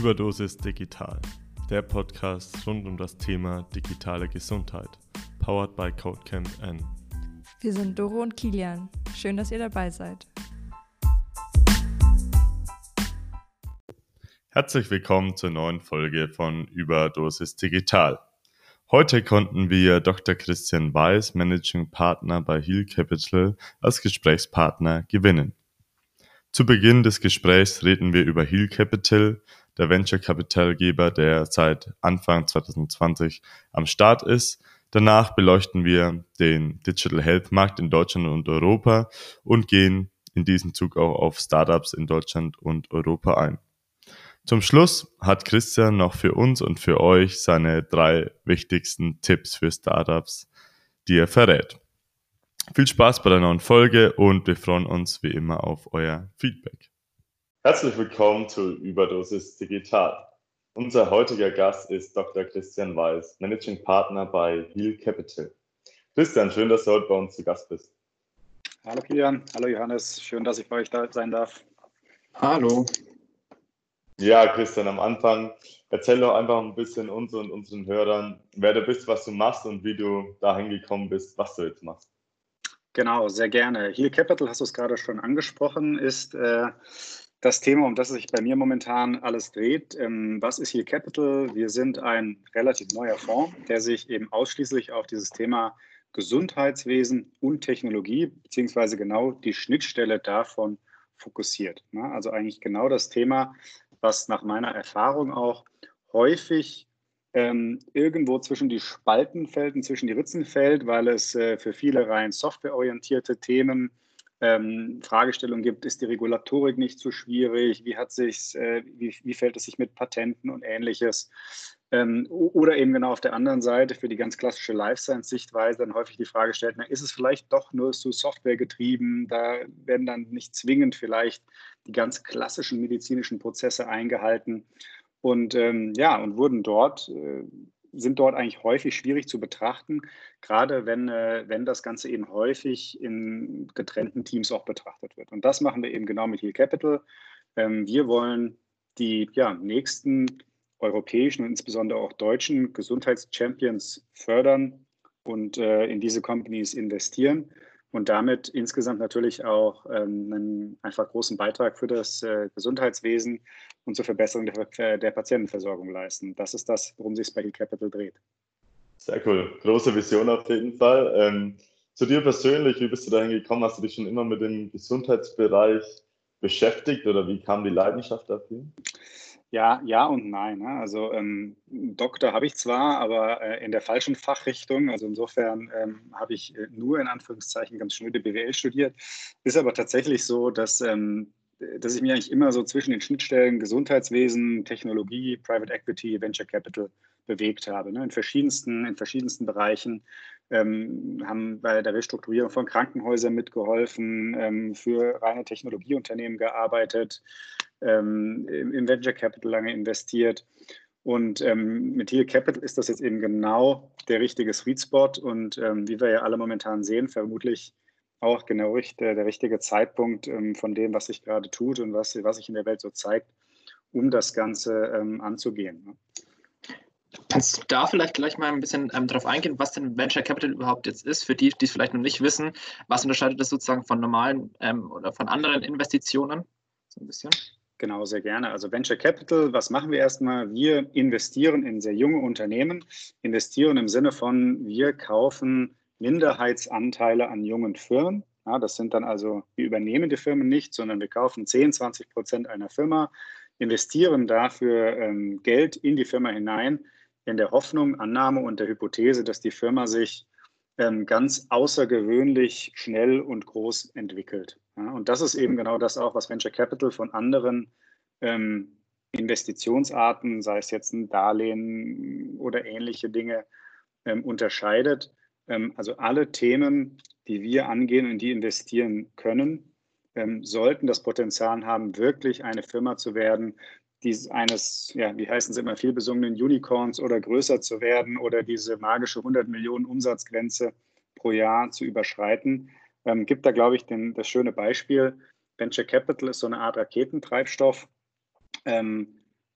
Überdosis Digital, der Podcast rund um das Thema digitale Gesundheit, powered by Codecamp N. Wir sind Doro und Kilian. Schön, dass ihr dabei seid. Herzlich willkommen zur neuen Folge von Überdosis Digital. Heute konnten wir Dr. Christian Weiß, Managing Partner bei Heal Capital, als Gesprächspartner gewinnen. Zu Beginn des Gesprächs reden wir über Heal Capital, der Venture-Kapitalgeber, der seit Anfang 2020 am Start ist. Danach beleuchten wir den Digital Health Markt in Deutschland und Europa und gehen in diesem Zug auch auf Startups in Deutschland und Europa ein. Zum Schluss hat Christian noch für uns und für euch seine 3 wichtigsten Tipps für Startups, die er verrät. Viel Spaß bei der neuen Folge und wir freuen uns wie immer auf euer Feedback. Herzlich willkommen zu Überdosis Digital. Unser heutiger Gast ist Dr. Christian Weiß, Managing Partner bei Heal Capital. Christian, schön, dass du heute bei uns zu Gast bist. Hallo Kilian, hallo Johannes, schön, dass ich bei euch da sein darf. Hallo. Ja, Christian, am Anfang erzähl doch einfach ein bisschen uns und unseren Hörern, wer du bist, was du machst und wie du dahin gekommen bist, was du jetzt machst. Genau, sehr gerne. Heal Capital, hast du es gerade schon angesprochen, ist das Thema, um das sich bei mir momentan alles dreht. Was ist Heal Capital? Wir sind ein relativ neuer Fonds, der sich eben ausschließlich auf dieses Thema Gesundheitswesen und Technologie, beziehungsweise genau die Schnittstelle davon fokussiert. Also eigentlich genau das Thema, was nach meiner Erfahrung auch häufig irgendwo zwischen die Spalten fällt und zwischen die Ritzen fällt, weil es für viele rein softwareorientierte Themen Fragestellungen gibt. Ist die Regulatorik nicht zu schwierig? Wie fällt es sich mit Patenten und Ähnliches? Oder eben genau auf der anderen Seite für die ganz klassische Life Science-Sichtweise dann häufig die Frage stellt, ist es vielleicht doch nur so softwaregetrieben? Da werden dann nicht zwingend vielleicht die ganz klassischen medizinischen Prozesse eingehalten. Und sind dort eigentlich häufig schwierig zu betrachten, gerade wenn das Ganze eben häufig in getrennten Teams auch betrachtet wird. Und das machen wir eben genau mit Heal Capital. Wir wollen die nächsten europäischen und insbesondere auch deutschen Gesundheitschampions fördern und in diese Companies investieren und damit insgesamt natürlich auch einen einfach großen Beitrag für das Gesundheitswesen und zur Verbesserung der Patientenversorgung leisten. Das ist das, worum sich es bei Heal Capital dreht. Sehr cool. Große Vision auf jeden Fall. Zu dir persönlich, wie bist du dahin gekommen? Hast du dich schon immer mit dem Gesundheitsbereich beschäftigt oder wie kam die Leidenschaft dafür? Ja und nein. Also Doktor habe ich zwar, aber in der falschen Fachrichtung. Also insofern habe ich nur in Anführungszeichen ganz schnöde BWL studiert. Ist aber tatsächlich so, dass ich mich eigentlich immer so zwischen den Schnittstellen Gesundheitswesen, Technologie, Private Equity, Venture Capital bewegt habe. In verschiedensten Bereichen. Haben bei der Restrukturierung von Krankenhäusern mitgeholfen, für reine Technologieunternehmen gearbeitet, im Venture Capital lange investiert. Und mit Heal Capital ist das jetzt eben genau der richtige Sweet Spot und wie wir ja alle momentan sehen, vermutlich auch genau der richtige Zeitpunkt von dem, was sich gerade tut und was sich in der Welt so zeigt, um das Ganze anzugehen. Kannst du da vielleicht gleich mal ein bisschen darauf eingehen, was denn Venture Capital überhaupt jetzt ist, für die, die es vielleicht noch nicht wissen? Was unterscheidet das sozusagen von normalen oder von anderen Investitionen? So ein bisschen. Genau, sehr gerne. Also Venture Capital, was machen wir erstmal? Wir investieren in sehr junge Unternehmen, investieren im Sinne von, wir kaufen Minderheitsanteile an jungen Firmen. Ja, das sind dann also, wir übernehmen die Firmen nicht, sondern wir kaufen 10-20% einer Firma, investieren dafür Geld in die Firma hinein, in der Hoffnung, Annahme und der Hypothese, dass die Firma sich ganz außergewöhnlich schnell und groß entwickelt. Ja, und das ist eben genau das auch, was Venture Capital von anderen Investitionsarten, sei es jetzt ein Darlehen oder ähnliche Dinge, unterscheidet. Also alle Themen, die wir angehen und die investieren können, sollten das Potenzial haben, wirklich eine Firma zu werden, eines, wie heißen sie immer, vielbesungenen Unicorns oder größer zu werden oder diese magische 100 Millionen Umsatzgrenze pro Jahr zu überschreiten. Gibt da, glaube ich, das schöne Beispiel. Venture Capital ist so eine Art Raketentreibstoff.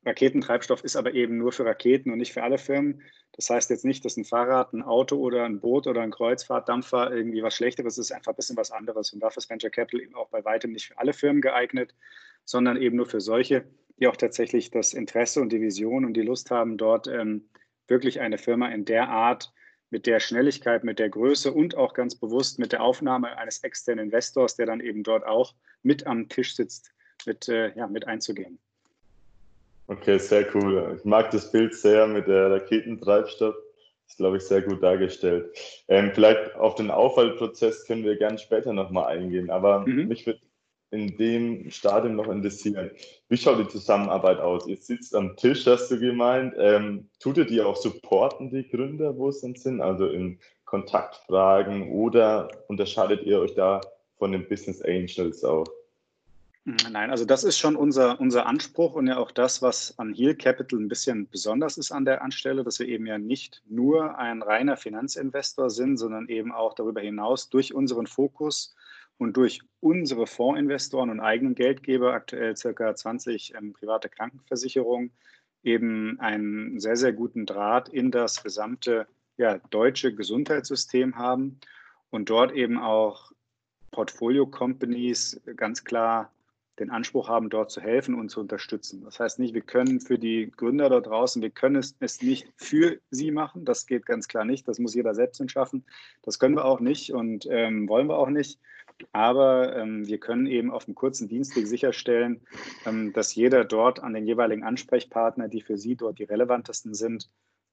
Raketentreibstoff ist aber eben nur für Raketen und nicht für alle Firmen. Das heißt jetzt nicht, dass ein Fahrrad, ein Auto oder ein Boot oder ein Kreuzfahrtdampfer irgendwie was Schlechteres ist, einfach ein bisschen was anderes. Und dafür ist Venture Capital eben auch bei weitem nicht für alle Firmen geeignet, sondern eben nur für solche, die auch tatsächlich das Interesse und die Vision und die Lust haben, dort wirklich eine Firma in der Art, mit der Schnelligkeit, mit der Größe und auch ganz bewusst mit der Aufnahme eines externen Investors, der dann eben dort auch mit am Tisch sitzt, mit einzugehen. Okay, sehr cool. Ich mag das Bild sehr mit der Raketentreibstoff. Das ist, glaube ich, sehr gut dargestellt. Vielleicht auf den Aufwaldprozess können wir gerne später nochmal eingehen, aber mich würde in dem Stadium noch interessieren. Wie schaut die Zusammenarbeit aus? Ihr sitzt am Tisch, hast du gemeint. Tut ihr die auch supporten, die Gründer, wo es dann sind? Also in Kontaktfragen oder unterscheidet ihr euch da von den Business Angels auch? Nein, also das ist schon unser Anspruch und ja auch das, was an Heal Capital ein bisschen besonders ist an der Anstelle, dass wir eben ja nicht nur ein reiner Finanzinvestor sind, sondern eben auch darüber hinaus durch unseren Fokus und durch unsere Fondsinvestoren und eigenen Geldgeber, aktuell circa 20 private Krankenversicherungen, eben einen sehr, sehr guten Draht in das gesamte deutsche Gesundheitssystem haben und dort eben auch Portfolio-Companies ganz klar den Anspruch haben, dort zu helfen und zu unterstützen. Das heißt nicht, wir können für die Gründer dort draußen, wir können es nicht für sie machen. Das geht ganz klar nicht. Das muss jeder selbst schaffen. Das können wir auch nicht und wollen wir auch nicht. Aber wir können eben auf einem kurzen Dienstweg sicherstellen, dass jeder dort an den jeweiligen Ansprechpartner, die für sie dort die relevantesten sind,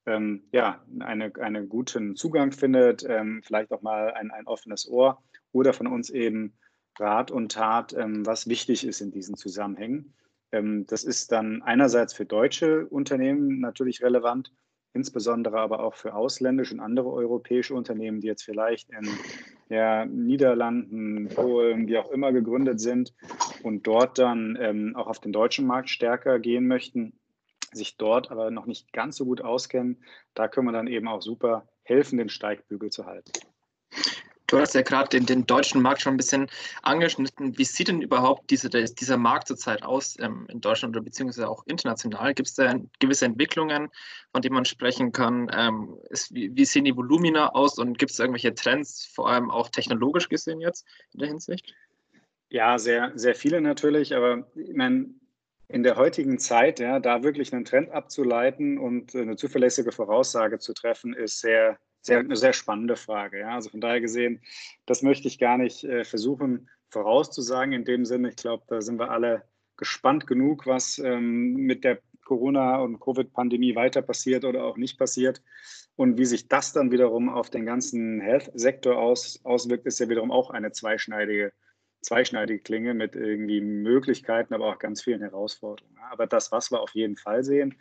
einen guten Zugang findet, vielleicht auch mal ein offenes Ohr oder von uns eben Rat und Tat, was wichtig ist in diesen Zusammenhängen. Das ist dann einerseits für deutsche Unternehmen natürlich relevant, insbesondere aber auch für ausländische und andere europäische Unternehmen, die jetzt vielleicht in Niederlanden, Polen, wie auch immer gegründet sind und dort dann auch auf den deutschen Markt stärker gehen möchten, sich dort aber noch nicht ganz so gut auskennen. Da können wir dann eben auch super helfen, den Steigbügel zu halten. Du hast ja gerade den deutschen Markt schon ein bisschen angeschnitten. Wie sieht denn überhaupt dieser Markt zurzeit aus in Deutschland oder beziehungsweise auch international? Gibt es da gewisse Entwicklungen, von denen man sprechen kann? Wie sehen die Volumina aus und gibt es irgendwelche Trends, vor allem auch technologisch gesehen jetzt in der Hinsicht? Ja, sehr, sehr viele natürlich, aber ich meine, in der heutigen Zeit, da wirklich einen Trend abzuleiten und eine zuverlässige Voraussage zu treffen, ist eine sehr spannende Frage. Ja? Also von daher gesehen, das möchte ich gar nicht versuchen vorauszusagen in dem Sinne. Ich glaube, da sind wir alle gespannt genug, was mit der Corona- und Covid-Pandemie weiter passiert oder auch nicht passiert. Und wie sich das dann wiederum auf den ganzen Health-Sektor auswirkt, ist ja wiederum auch eine zweischneidige Klinge mit irgendwie Möglichkeiten, aber auch ganz vielen Herausforderungen. Aber das, was wir auf jeden Fall sehen,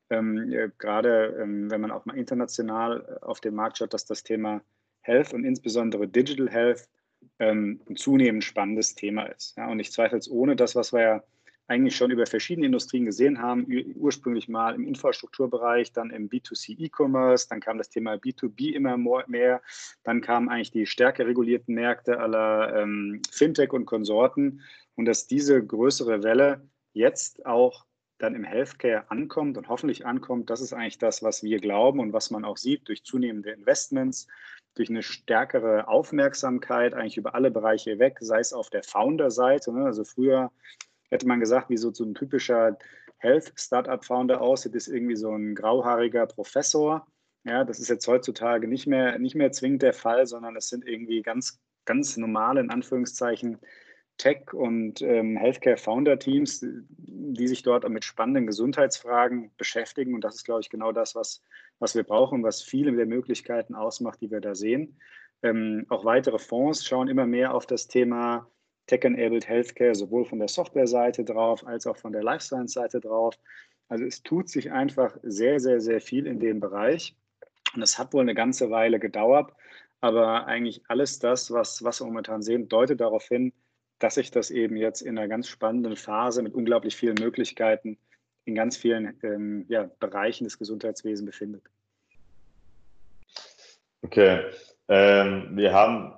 gerade wenn man auch mal international auf den Markt schaut, dass das Thema Health und insbesondere Digital Health ein zunehmend spannendes Thema ist. Ja, und nicht zweifelsohne das, was wir ja eigentlich schon über verschiedene Industrien gesehen haben, ursprünglich mal im Infrastrukturbereich, dann im B2C E-Commerce, dann kam das Thema B2B immer mehr, dann kamen eigentlich die stärker regulierten Märkte aller Fintech und Konsorten und dass diese größere Welle jetzt auch dann im Healthcare ankommt und hoffentlich ankommt, das ist eigentlich das, was wir glauben und was man auch sieht durch zunehmende Investments, durch eine stärkere Aufmerksamkeit eigentlich über alle Bereiche hinweg, sei es auf der Founder-Seite, ne? Also früher hätte man gesagt, wie so ein typischer Health-Startup-Founder aussieht, ist irgendwie so ein grauhaariger Professor. Ja, das ist jetzt heutzutage nicht mehr zwingend der Fall, sondern es sind irgendwie ganz, ganz normale, in Anführungszeichen, Tech- und Healthcare-Founder-Teams, die sich dort mit spannenden Gesundheitsfragen beschäftigen. Und das ist, glaube ich, genau das, was wir brauchen, was viele der Möglichkeiten ausmacht, die wir da sehen. Auch weitere Fonds schauen immer mehr auf das Thema Tech-enabled Healthcare, sowohl von der Software-Seite drauf als auch von der Life-Science-Seite drauf. Also es tut sich einfach sehr, sehr, sehr viel in dem Bereich. Und es hat wohl eine ganze Weile gedauert, aber eigentlich alles das, was wir momentan sehen, deutet darauf hin, dass sich das eben jetzt in einer ganz spannenden Phase mit unglaublich vielen Möglichkeiten in ganz vielen Bereichen des Gesundheitswesens befindet. Okay, wir haben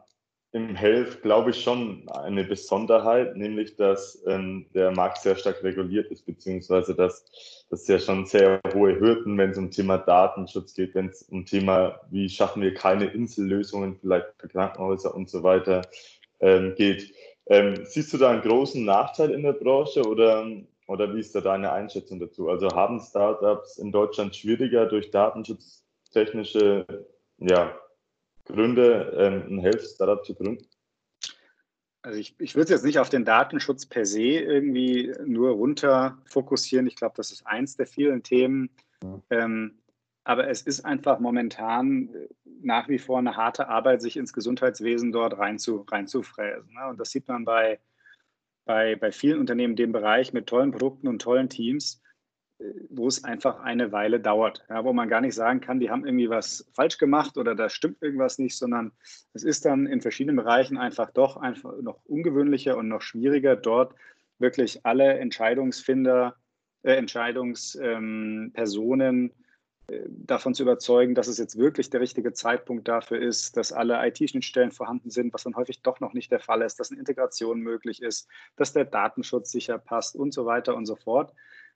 im Health glaube ich schon eine Besonderheit, nämlich dass der Markt sehr stark reguliert ist, beziehungsweise dass das ja schon sehr hohe Hürden, wenn es um Thema Datenschutz geht, wenn es um Thema, wie schaffen wir keine Insellösungen vielleicht für Krankenhäuser und so weiter geht. Siehst du da einen großen Nachteil in der Branche oder wie ist da deine Einschätzung dazu? Also haben Startups in Deutschland schwieriger durch datenschutztechnische Gründe, ein Health-Startup zu gründen? Also ich würde jetzt nicht auf den Datenschutz per se irgendwie nur runter fokussieren. Ich glaube, das ist eins der vielen Themen. Aber es ist einfach momentan nach wie vor eine harte Arbeit, sich ins Gesundheitswesen dort reinzufräsen. Ne? Und das sieht man bei vielen Unternehmen in dem Bereich mit tollen Produkten und tollen Teams, wo es einfach eine Weile dauert, ja, wo man gar nicht sagen kann, die haben irgendwie was falsch gemacht oder da stimmt irgendwas nicht, sondern es ist dann in verschiedenen Bereichen einfach noch ungewöhnlicher und noch schwieriger, dort wirklich alle Entscheidungspersonen davon zu überzeugen, dass es jetzt wirklich der richtige Zeitpunkt dafür ist, dass alle IT-Schnittstellen vorhanden sind, was dann häufig doch noch nicht der Fall ist, dass eine Integration möglich ist, dass der Datenschutz sicher passt und so weiter und so fort.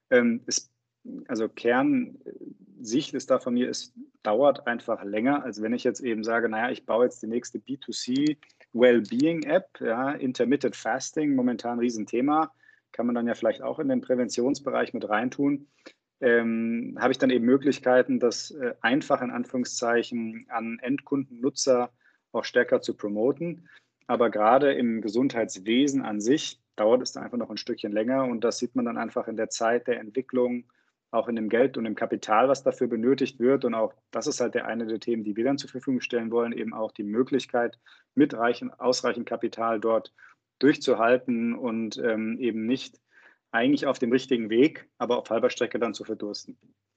Also Kernsicht ist da von mir, es dauert einfach länger, als wenn ich jetzt eben sage, naja, ich baue jetzt die nächste B2C Wellbeing-App, ja, Intermittent Fasting, momentan ein Riesenthema, kann man dann ja vielleicht auch in den Präventionsbereich mit reintun. Habe ich dann eben Möglichkeiten, das einfach in Anführungszeichen an Endkunden, Nutzer auch stärker zu promoten. Aber gerade im Gesundheitswesen an sich dauert es dann einfach noch ein Stückchen länger und das sieht man dann einfach in der Zeit der Entwicklung, auch in dem Geld und dem Kapital, was dafür benötigt wird. Und auch das ist halt eine der Themen, die wir dann zur Verfügung stellen wollen, eben auch die Möglichkeit, mit ausreichend Kapital dort durchzuhalten und eben nicht eigentlich auf dem richtigen Weg, aber auf halber Strecke dann zu verdursten.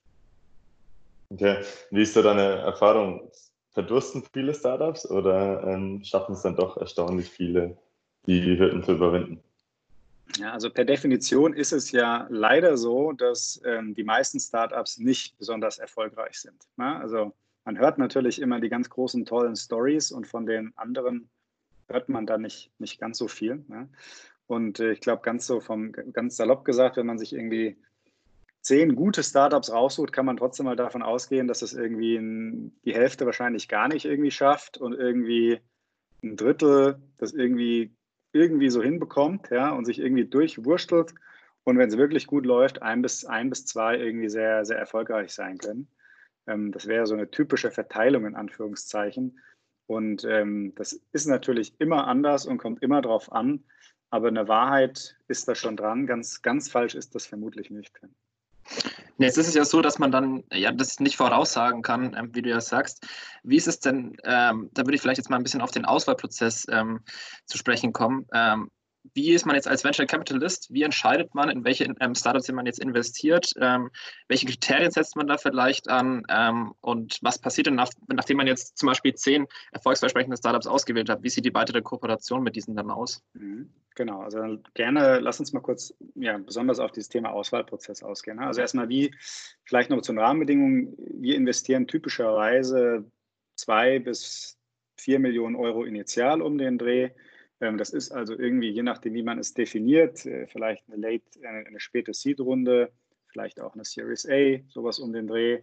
Okay. Wie ist da deine Erfahrung? Verdursten viele Startups oder schaffen es dann doch erstaunlich viele, die Hürden zu überwinden? Ja, also per Definition ist es ja leider so, dass die meisten Startups nicht besonders erfolgreich sind. Ne? Also man hört natürlich immer die ganz großen, tollen Stories und von den anderen hört man da nicht ganz so viel. Ne? Und ich glaube, ganz salopp gesagt, wenn man sich irgendwie 10 gute Startups raussucht, kann man trotzdem mal davon ausgehen, dass es irgendwie die Hälfte wahrscheinlich gar nicht irgendwie schafft und irgendwie ein Drittel das irgendwie so hinbekommt, ja, und sich irgendwie durchwurstelt. Und wenn es wirklich gut läuft, ein bis zwei irgendwie sehr, sehr erfolgreich sein können. Das wäre so eine typische Verteilung in Anführungszeichen. Und das ist natürlich immer anders und kommt immer drauf an. Aber eine Wahrheit ist da schon dran. Ganz, ganz falsch ist das vermutlich nicht. Jetzt ist es ja so, dass man dann ja das nicht voraussagen kann, wie du ja sagst. Wie ist es denn, da würde ich vielleicht jetzt mal ein bisschen auf den Auswahlprozess zu sprechen kommen. Wie ist man jetzt als Venture Capitalist? Wie entscheidet man, in welche Startups man jetzt investiert? Welche Kriterien setzt man da vielleicht an? Und was passiert denn, nachdem man jetzt zum Beispiel 10 erfolgsversprechende Startups ausgewählt hat? Wie sieht die weitere Kooperation mit diesen dann aus? Genau, also gerne, lass uns mal kurz besonders auf dieses Thema Auswahlprozess ausgehen. Also erstmal vielleicht noch zu den Rahmenbedingungen. Wir investieren typischerweise 2 bis 4 Millionen Euro initial um den Dreh. Das ist also irgendwie, je nachdem, wie man es definiert, vielleicht eine späte Seed-Runde, vielleicht auch eine Series A, sowas um den Dreh.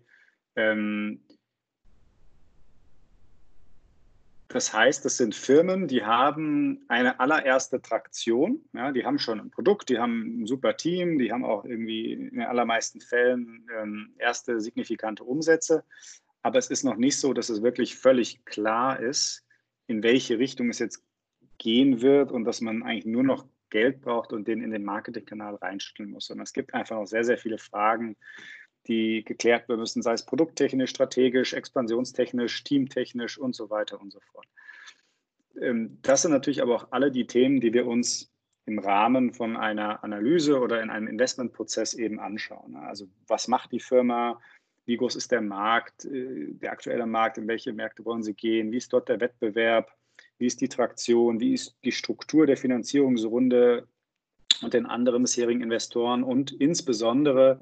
Das heißt, das sind Firmen, die haben eine allererste Traktion, ja, die haben schon ein Produkt, die haben ein super Team, die haben auch irgendwie in den allermeisten Fällen erste signifikante Umsätze, aber es ist noch nicht so, dass es wirklich völlig klar ist, in welche Richtung es jetzt gehen wird und dass man eigentlich nur noch Geld braucht und den in den Marketingkanal reinschütteln muss. Und es gibt einfach noch sehr, sehr viele Fragen, die geklärt werden müssen, sei es produkttechnisch, strategisch, expansionstechnisch, teamtechnisch und so weiter und so fort. Das sind natürlich aber auch alle die Themen, die wir uns im Rahmen von einer Analyse oder in einem Investmentprozess eben anschauen. Also was macht die Firma? Wie groß ist der Markt, der aktuelle Markt? In welche Märkte wollen sie gehen? Wie ist dort der Wettbewerb? Wie ist die Traktion? Wie ist die Struktur der Finanzierungsrunde und den anderen bisherigen Investoren? Und insbesondere,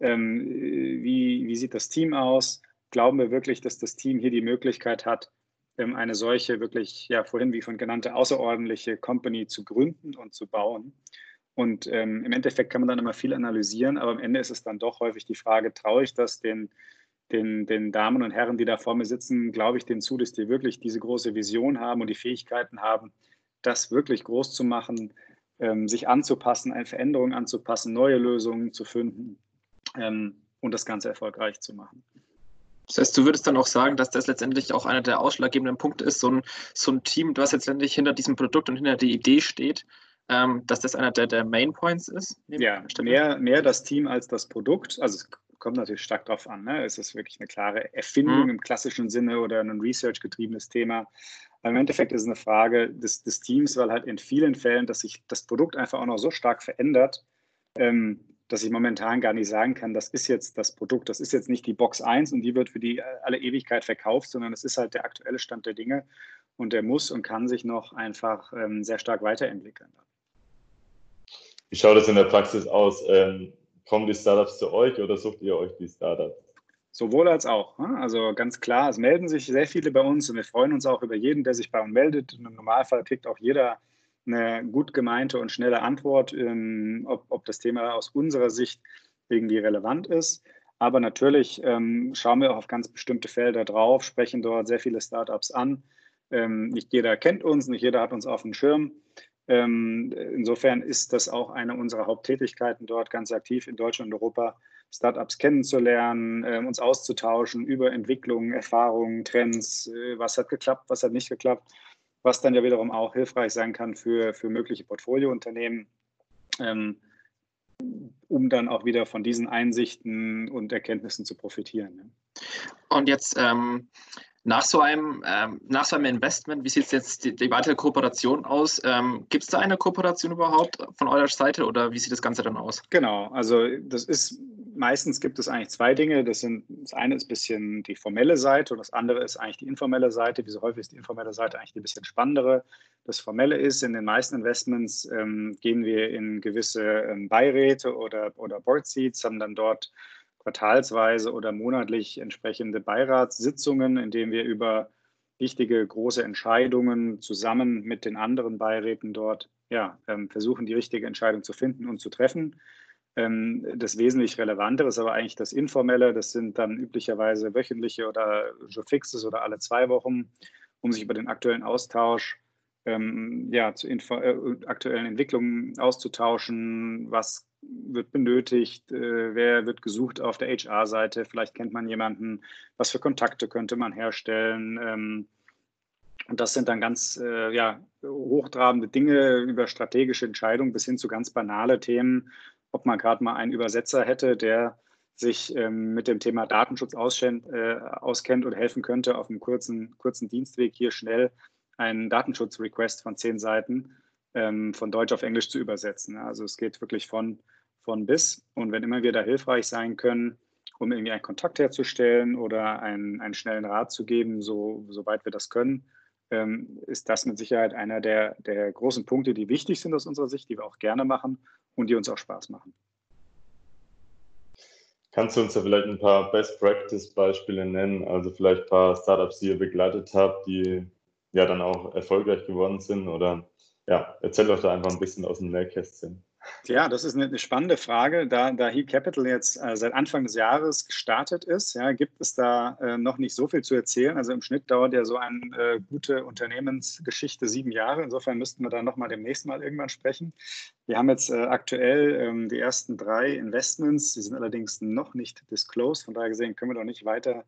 wie sieht das Team aus? Glauben wir wirklich, dass das Team hier die Möglichkeit hat, eine solche wirklich, ja, vorhin wie von genannte, außerordentliche Company zu gründen und zu bauen. Und im Endeffekt kann man dann immer viel analysieren, aber am Ende ist es dann doch häufig die Frage, traue ich das den Damen und Herren, die da vor mir sitzen, glaube ich denen zu, dass die wirklich diese große Vision haben und die Fähigkeiten haben, das wirklich groß zu machen, sich anzupassen, eine Veränderung anzupassen, neue Lösungen zu finden und das Ganze erfolgreich zu machen. Das heißt, du würdest dann auch sagen, dass das letztendlich auch einer der ausschlaggebenden Punkte ist, so ein Team, was letztendlich hinter diesem Produkt und hinter der Idee steht, dass das einer der Main Points ist? Ja, mehr das Team als das Produkt. Also es kommt natürlich stark darauf an. Ne? Es ist wirklich eine klare Erfindung im klassischen Sinne oder ein research-getriebenes Thema. Aber im Endeffekt ist es eine Frage des Teams, weil halt in vielen Fällen, dass sich das Produkt einfach auch noch so stark verändert, dass ich momentan gar nicht sagen kann, das ist jetzt das Produkt, das ist jetzt nicht die Box 1 und die wird für die alle Ewigkeit verkauft, sondern es ist halt der aktuelle Stand der Dinge und der muss und kann sich noch einfach sehr stark weiterentwickeln. Wie schaut es in der Praxis aus? Kommen die Startups zu euch oder sucht ihr euch die Startups? Sowohl als auch. Also ganz klar, es melden sich sehr viele bei uns und wir freuen uns auch über jeden, der sich bei uns meldet. Im Normalfall kriegt auch jeder eine gut gemeinte und schnelle Antwort, ob das Thema aus unserer Sicht irgendwie relevant ist. Aber natürlich schauen wir auch auf ganz bestimmte Felder drauf, sprechen dort sehr viele Startups an. Nicht jeder kennt uns, nicht jeder hat uns auf dem Schirm. Insofern ist das auch eine unserer Haupttätigkeiten dort, ganz aktiv in Deutschland und Europa, Startups kennenzulernen, uns auszutauschen über Entwicklungen, Erfahrungen, Trends, was hat geklappt, was hat nicht geklappt, was dann ja wiederum auch hilfreich sein kann für mögliche Portfoliounternehmen, um dann auch wieder von diesen Einsichten und Erkenntnissen zu profitieren. Ne? Und jetzt nach so einem Investment, wie sieht jetzt die weitere Kooperation aus? Gibt es da eine Kooperation überhaupt von eurer Seite oder wie sieht das Ganze dann aus? Genau, also meistens gibt es eigentlich zwei Dinge. Das eine ist ein bisschen die formelle Seite und das andere ist eigentlich die informelle Seite. Wie so häufig ist die informelle Seite eigentlich die bisschen spannendere. Das Formelle ist, in den meisten Investments gehen wir in gewisse Beiräte oder Board Seats, haben dann dort quartalsweise oder monatlich entsprechende Beiratssitzungen, in denen wir über wichtige große Entscheidungen zusammen mit den anderen Beiräten dort versuchen, die richtige Entscheidung zu finden und zu treffen. Das wesentlich Relevantere ist aber eigentlich das Informelle. Das sind dann üblicherweise wöchentliche oder so fixes oder alle 2 Wochen, um sich über den aktuellen Austausch zu aktuellen Entwicklungen auszutauschen, was wird benötigt, wer wird gesucht auf der HR-Seite, vielleicht kennt man jemanden, was für Kontakte könnte man herstellen. Und das sind dann ganz hochtrabende Dinge über strategische Entscheidungen bis hin zu ganz banale Themen, ob man gerade mal einen Übersetzer hätte, der sich mit dem Thema Datenschutz auskennt und helfen könnte, auf einem kurzen Dienstweg hier schnell einen Datenschutzrequest von 10 Seiten von Deutsch auf Englisch zu übersetzen. Also es geht wirklich von bis. Und wenn immer wir da hilfreich sein können, um irgendwie einen Kontakt herzustellen oder einen schnellen Rat zu geben, soweit wir das können, ist das mit Sicherheit einer der großen Punkte, die wichtig sind aus unserer Sicht, die wir auch gerne machen und die uns auch Spaß machen. Kannst du uns da vielleicht ein paar Best-Practice-Beispiele nennen? Also vielleicht ein paar Startups, die ihr begleitet habt, die ja dann auch erfolgreich geworden sind? Oder ja, erzähl doch da einfach ein bisschen aus dem Nähkästchen. Ja, das ist eine spannende Frage. Da Heal Capital jetzt seit Anfang des Jahres gestartet ist, gibt es da noch nicht so viel zu erzählen. Also im Schnitt dauert ja so eine gute Unternehmensgeschichte 7 Jahre. Insofern müssten wir da nochmal demnächst mal irgendwann sprechen. Wir haben jetzt aktuell die ersten 3 Investments. Die sind allerdings noch nicht disclosed. Von daher gesehen können wir doch nicht weiter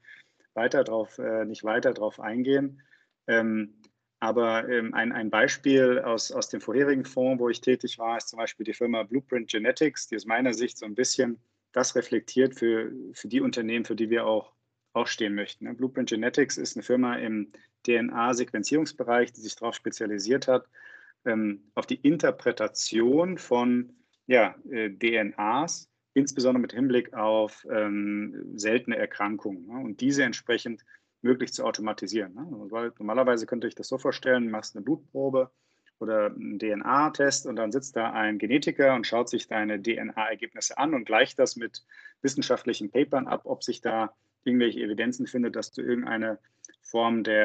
drauf eingehen. Aber ein Beispiel aus dem vorherigen Fonds, wo ich tätig war, ist zum Beispiel die Firma Blueprint Genetics, die aus meiner Sicht so ein bisschen das reflektiert für die Unternehmen, für die wir auch stehen möchten. Blueprint Genetics ist eine Firma im DNA-Sequenzierungsbereich, die sich darauf spezialisiert hat, auf die Interpretation von DNAs, insbesondere mit Hinblick auf seltene Erkrankungen und diese entsprechend möglich zu automatisieren. Weil normalerweise könnte ich das so vorstellen, du machst eine Blutprobe oder einen DNA-Test und dann sitzt da ein Genetiker und schaut sich deine DNA-Ergebnisse an und gleicht das mit wissenschaftlichen Papern ab, ob sich da irgendwelche Evidenzen findet, dass du irgendeine Form der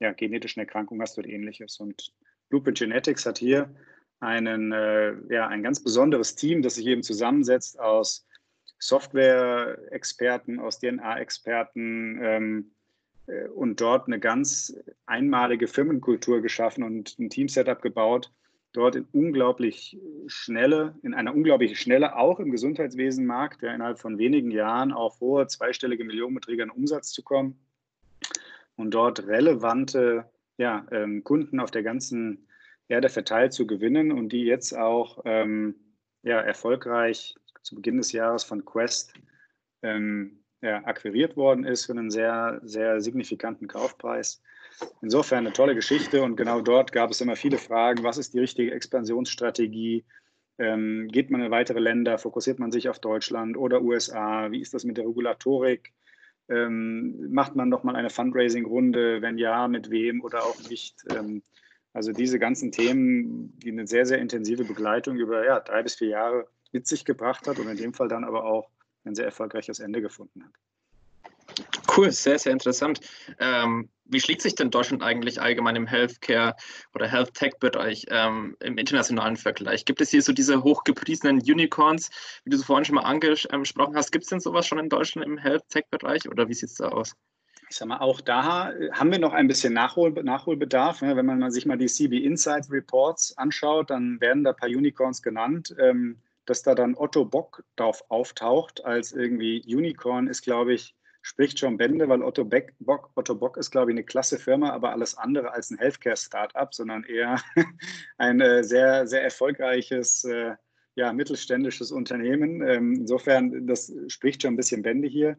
genetischen Erkrankungen hast oder ähnliches. Und Blueprint Genetics hat hier ein ganz besonderes Team, das sich eben zusammensetzt aus Software-Experten, aus DNA-Experten und dort eine ganz einmalige Firmenkultur geschaffen und ein Team-Setup gebaut, dort in einer unglaublich schnelle, auch im Gesundheitswesenmarkt, innerhalb von wenigen Jahren auf hohe zweistellige Millionenbeträge an Umsatz zu kommen und dort relevante Kunden auf der ganzen Erde verteilt zu gewinnen und die jetzt auch erfolgreich zu Beginn des Jahres von Quest akquiriert worden ist für einen sehr, sehr signifikanten Kaufpreis. Insofern eine tolle Geschichte und genau dort gab es immer viele Fragen. Was ist die richtige Expansionsstrategie? Geht man in weitere Länder? Fokussiert man sich auf Deutschland oder USA? Wie ist das mit der Regulatorik? Macht man noch mal eine Fundraising-Runde? Wenn ja, mit wem oder auch nicht? Also diese ganzen Themen, die eine sehr, sehr intensive Begleitung über 3 bis 4 Jahre mit sich gebracht hat und in dem Fall dann aber auch ein sehr erfolgreiches Ende gefunden hat. Cool, sehr, sehr interessant. Wie schlägt sich denn Deutschland eigentlich allgemein im Healthcare- oder Health-Tech-Bereich im internationalen Vergleich? Gibt es hier so diese hochgepriesenen Unicorns, wie du so vorhin schon mal angesprochen hast? Gibt es denn sowas schon in Deutschland im Health-Tech-Bereich oder wie sieht es da aus? Ich sag mal, auch da haben wir noch ein bisschen Nachholbedarf. Wenn man sich mal die CB Insights Reports anschaut, dann werden da ein paar Unicorns genannt. Dass da dann Otto Bock drauf auftaucht als irgendwie Unicorn ist, glaube ich, spricht schon Bände, weil Otto Bock ist, glaube ich, eine klasse Firma, aber alles andere als ein Healthcare-Startup, sondern eher ein sehr, sehr erfolgreiches mittelständisches Unternehmen. Insofern, das spricht schon ein bisschen Bände hier.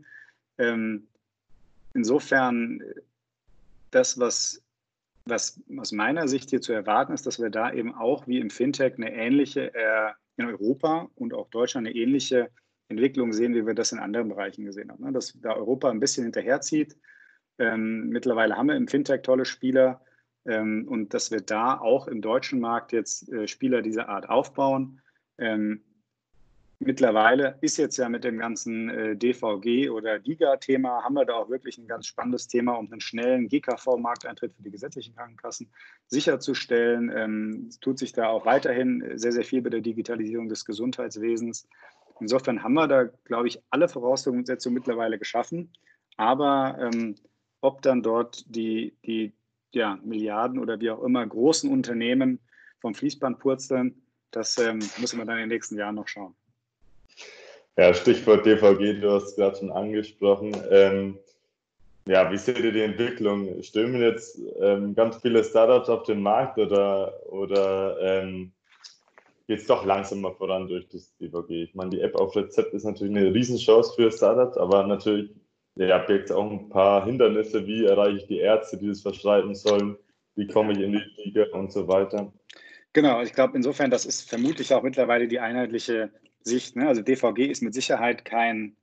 Insofern, das, was aus meiner Sicht hier zu erwarten ist, dass wir da eben auch wie im Fintech eine ähnliche, in Europa und auch Deutschland eine ähnliche Entwicklung sehen, wie wir das in anderen Bereichen gesehen haben. Dass da Europa ein bisschen hinterherzieht. Mittlerweile haben wir im Fintech tolle Spieler und dass wir da auch im deutschen Markt jetzt Spieler dieser Art aufbauen. Mittlerweile ist jetzt ja mit dem ganzen DVG oder DiGA-Thema, haben wir da auch wirklich ein ganz spannendes Thema, um einen schnellen GKV-Markteintritt für die gesetzlichen Krankenkassen sicherzustellen. Es tut sich da auch weiterhin sehr, sehr viel bei der Digitalisierung des Gesundheitswesens. Insofern haben wir da, glaube ich, alle Voraussetzungen mittlerweile geschaffen. Aber ob dann dort die Milliarden oder wie auch immer großen Unternehmen vom Fließband purzeln, das müssen wir dann in den nächsten Jahren noch schauen. Ja, Stichwort DVG, du hast es gerade schon angesprochen. Wie seht ihr die Entwicklung? Stürmen jetzt ganz viele Startups auf den Markt oder geht es doch langsamer voran durch das DVG? Ich meine, die App auf Rezept ist natürlich eine Riesenchance für Startups, aber natürlich birgt es auch ein paar Hindernisse. Wie erreiche ich die Ärzte, die das verschreiben sollen? Wie komme ich in die Liga und so weiter? Genau, ich glaube, insofern, das ist vermutlich auch mittlerweile die einheitliche Sicht. Also DVG ist mit Sicherheit kein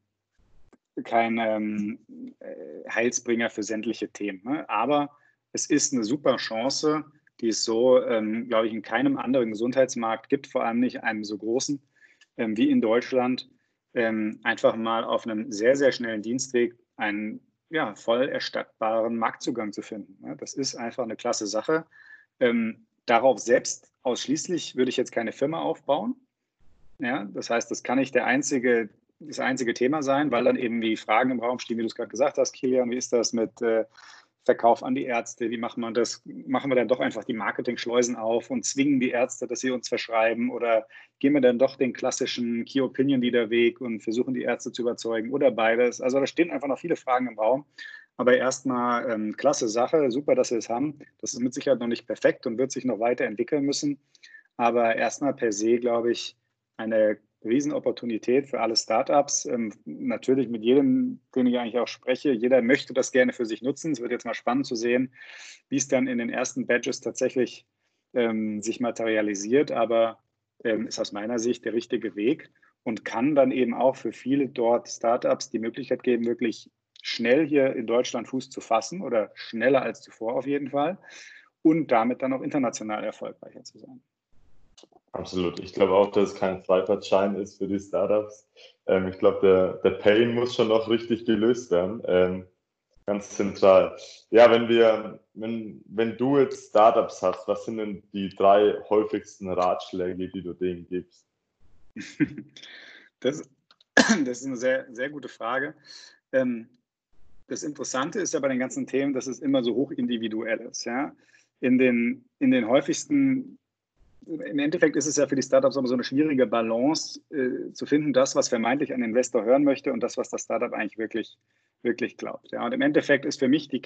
Heilsbringer für sämtliche Themen. Aber es ist eine super Chance, die es so, glaube ich, in keinem anderen Gesundheitsmarkt gibt, vor allem nicht einem so großen wie in Deutschland, einfach mal auf einem sehr, sehr schnellen Dienstweg einen voll erstattbaren Marktzugang zu finden. Das ist einfach eine klasse Sache. Darauf selbst ausschließlich würde ich jetzt keine Firma aufbauen. Ja, das heißt, das kann nicht das einzige Thema sein, weil dann eben die Fragen im Raum stehen, wie du es gerade gesagt hast, Kilian, wie ist das mit Verkauf an die Ärzte? Wie macht man das? Machen wir dann doch einfach die Marketing-Schleusen auf und zwingen die Ärzte, dass sie uns verschreiben? Oder gehen wir dann doch den klassischen Key-Opinion-Leader-Weg und versuchen die Ärzte zu überzeugen? Oder beides? Also da stehen einfach noch viele Fragen im Raum. Aber erstmal klasse Sache, super, dass wir es haben. Das ist mit Sicherheit noch nicht perfekt und wird sich noch weiterentwickeln müssen. Aber erstmal per se, glaube ich, eine Riesenopportunität für alle Startups. Natürlich mit jedem, den ich eigentlich auch spreche. Jeder möchte das gerne für sich nutzen. Es wird jetzt mal spannend zu sehen, wie es dann in den ersten Badges tatsächlich sich materialisiert. Aber ist aus meiner Sicht der richtige Weg und kann dann eben auch für viele dort Startups die Möglichkeit geben, wirklich schnell hier in Deutschland Fuß zu fassen oder schneller als zuvor auf jeden Fall und damit dann auch international erfolgreicher zu sein. Absolut. Ich glaube auch, dass es kein Freifahrtschein ist für die Startups. Ich glaube, der Pain muss schon noch richtig gelöst werden. Ganz zentral. Ja, wenn du jetzt Startups hast, was sind denn die 3 häufigsten Ratschläge, die du denen gibst? Das, das ist eine sehr, sehr gute Frage. Das Interessante ist ja bei den ganzen Themen, dass es immer so hoch individuell ist. Ja? In den häufigsten, im Endeffekt ist es ja für die Startups aber so eine schwierige Balance zu finden, das, was vermeintlich ein Investor hören möchte und das, was das Startup eigentlich wirklich, wirklich glaubt. Ja? Und im Endeffekt ist für mich der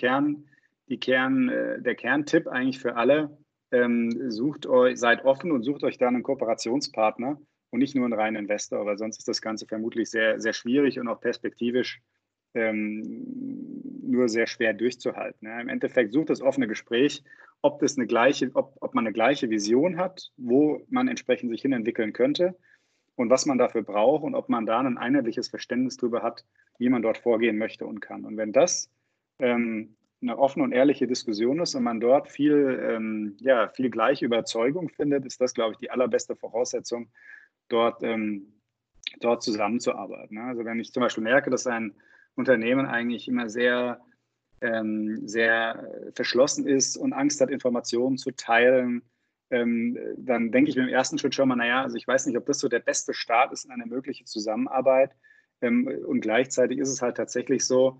Kerntipp eigentlich für alle, seid offen und sucht euch da einen Kooperationspartner und nicht nur einen reinen Investor, weil sonst ist das Ganze vermutlich sehr, sehr schwierig und auch perspektivisch nur sehr schwer durchzuhalten. Ja. Im Endeffekt sucht das offene Gespräch, ob man eine gleiche Vision hat, wo man entsprechend sich hinentwickeln könnte und was man dafür braucht und ob man da ein einheitliches Verständnis darüber hat, wie man dort vorgehen möchte und kann. Und wenn das eine offene und ehrliche Diskussion ist und man dort viel gleiche Überzeugung findet, ist das, glaube ich, die allerbeste Voraussetzung, dort zusammenzuarbeiten. Also wenn ich zum Beispiel merke, dass ein Unternehmen eigentlich immer sehr, sehr verschlossen ist und Angst hat, Informationen zu teilen, dann denke ich mir im ersten Schritt schon mal, naja, also ich weiß nicht, ob das so der beste Start ist in eine mögliche Zusammenarbeit. Und gleichzeitig ist es halt tatsächlich so,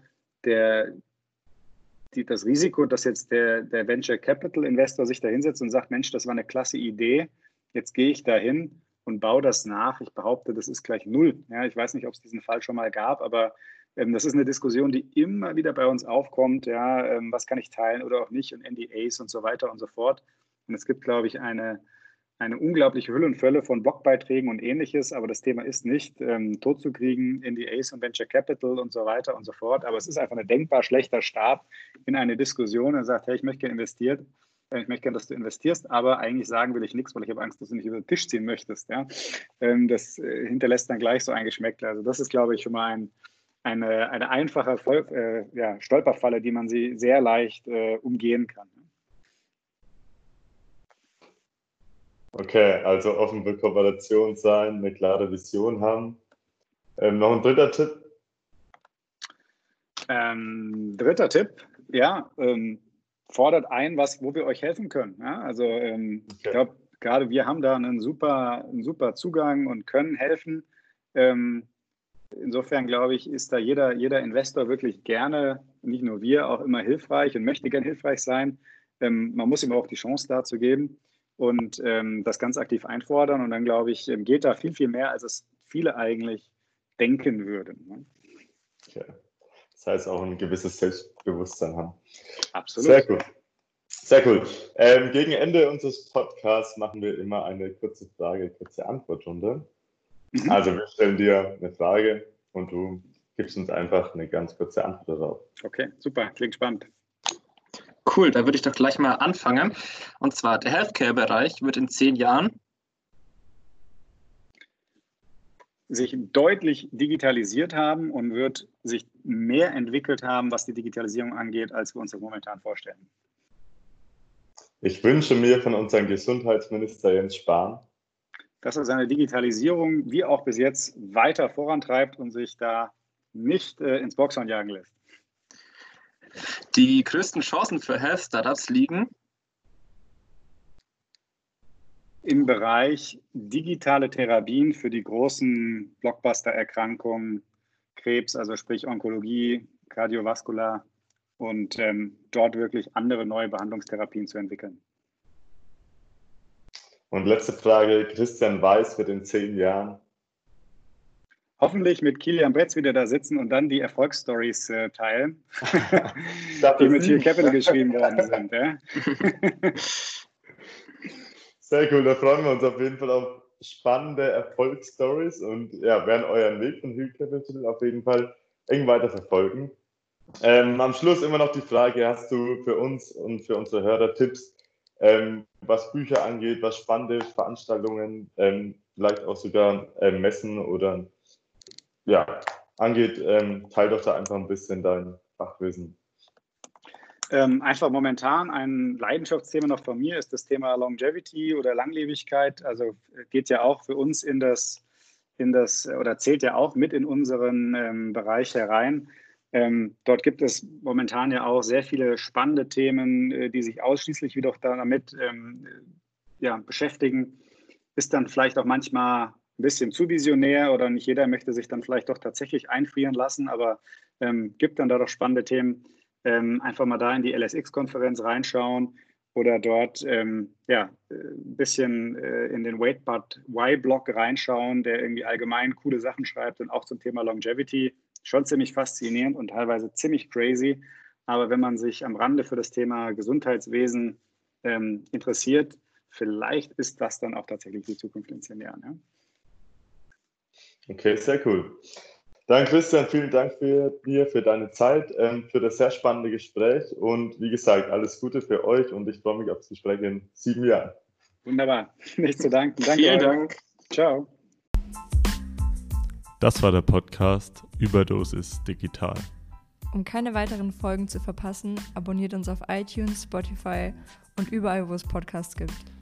das Risiko, dass jetzt der Venture Capital Investor sich da hinsetzt und sagt, Mensch, das war eine klasse Idee, jetzt gehe ich da hin und baue das nach. Ich behaupte, das ist gleich null. Ja, ich weiß nicht, ob es diesen Fall schon mal gab, aber das ist eine Diskussion, die immer wieder bei uns aufkommt. Ja, was kann ich teilen oder auch nicht und NDAs und so weiter und so fort. Und es gibt, glaube ich, eine unglaubliche Hülle und Fülle von Blogbeiträgen und ähnliches, aber das Thema ist nicht totzukriegen, NDAs und Venture Capital und so weiter und so fort, aber es ist einfach ein denkbar schlechter Start in eine Diskussion und sagt, hey, ich möchte gerne investieren, ich möchte gerne, dass du investierst, aber eigentlich sagen will ich nichts, weil ich habe Angst, dass du nicht über den Tisch ziehen möchtest. Ja? Das hinterlässt dann gleich so ein Geschmäckle. Also das ist, glaube ich, schon mal eine einfache Stolperfalle, die man sie sehr leicht umgehen kann. Okay, also offen für Kooperation sein, eine klare Vision haben. Noch ein dritter Tipp? Dritter Tipp, ja, fordert ein, wo wir euch helfen können. Ja? Also ich glaube, gerade wir haben da einen super Zugang und können helfen. Insofern, glaube ich, ist da jeder Investor wirklich gerne, nicht nur wir, auch immer hilfreich und möchte gern hilfreich sein. Man muss ihm auch die Chance dazu geben und das ganz aktiv einfordern. Und dann, glaube ich, geht da viel, viel mehr, als es viele eigentlich denken würden. Ne? Okay. Das heißt auch ein gewisses Selbstbewusstsein haben. Absolut. Sehr gut. Sehr cool. Gegen Ende unseres Podcasts machen wir immer eine kurze Frage, kurze Antwortrunde. Mhm. Also wir stellen dir eine Frage und du gibst uns einfach eine ganz kurze Antwort darauf. Okay, super. Klingt spannend. Cool, da würde ich doch gleich mal anfangen. Und zwar, der Healthcare-Bereich wird in 10 Jahren sich deutlich digitalisiert haben und wird sich mehr entwickelt haben, was die Digitalisierung angeht, als wir uns das momentan vorstellen. Ich wünsche mir von unserem Gesundheitsminister Jens Spahn, dass er seine Digitalisierung wie auch bis jetzt weiter vorantreibt und sich da nicht ins Boxhorn jagen lässt. Die größten Chancen für Health-Startups liegen im Bereich digitale Therapien für die großen Blockbuster-Erkrankungen, Krebs, also sprich Onkologie, Kardiovaskular und dort wirklich andere neue Behandlungstherapien zu entwickeln. Und letzte Frage, Christian Weiß wird in 10 Jahren hoffentlich mit Kilian Bretz wieder da sitzen und dann die Erfolgsstories teilen, die mit Hill Capital geschrieben worden sind. Ja? Sehr cool, da freuen wir uns auf jeden Fall auf spannende Erfolgsstories und ja, werden euren Weg von Hill Capital auf jeden Fall eng weiter verfolgen. Am Schluss immer noch die Frage, hast du für uns und für unsere Hörer Tipps, was Bücher angeht, was spannende Veranstaltungen, vielleicht auch sogar Messen oder angeht, teil doch da einfach ein bisschen dein Fachwissen. Einfach momentan ein Leidenschaftsthema noch von mir ist das Thema Longevity oder Langlebigkeit. Also geht ja auch für uns in das oder zählt ja auch mit in unseren Bereich herein. Dort gibt es momentan ja auch sehr viele spannende Themen, die sich ausschließlich wieder damit beschäftigen. Ist dann vielleicht auch manchmal ein bisschen zu visionär oder nicht jeder möchte sich dann vielleicht doch tatsächlich einfrieren lassen, aber gibt dann da doch spannende Themen. Einfach mal da in die LSX-Konferenz reinschauen oder dort ein bisschen in den Wait But Why-Blog reinschauen, der irgendwie allgemein coole Sachen schreibt und auch zum Thema Longevity. Schon ziemlich faszinierend und teilweise ziemlich crazy. Aber wenn man sich am Rande für das Thema Gesundheitswesen interessiert, vielleicht ist das dann auch tatsächlich die Zukunft in 10 Jahren. Ja? Okay, sehr cool. Dann Christian, vielen Dank für deine Zeit, für das sehr spannende Gespräch und wie gesagt, alles Gute für euch und ich freue mich auf das Gespräch in 7 Jahren. Wunderbar, nicht zu danken. Danke Vielen euch. Dank. Ciao. Das war der Podcast Überdosis Digital. Um keine weiteren Folgen zu verpassen, abonniert uns auf iTunes, Spotify und überall, wo es Podcasts gibt.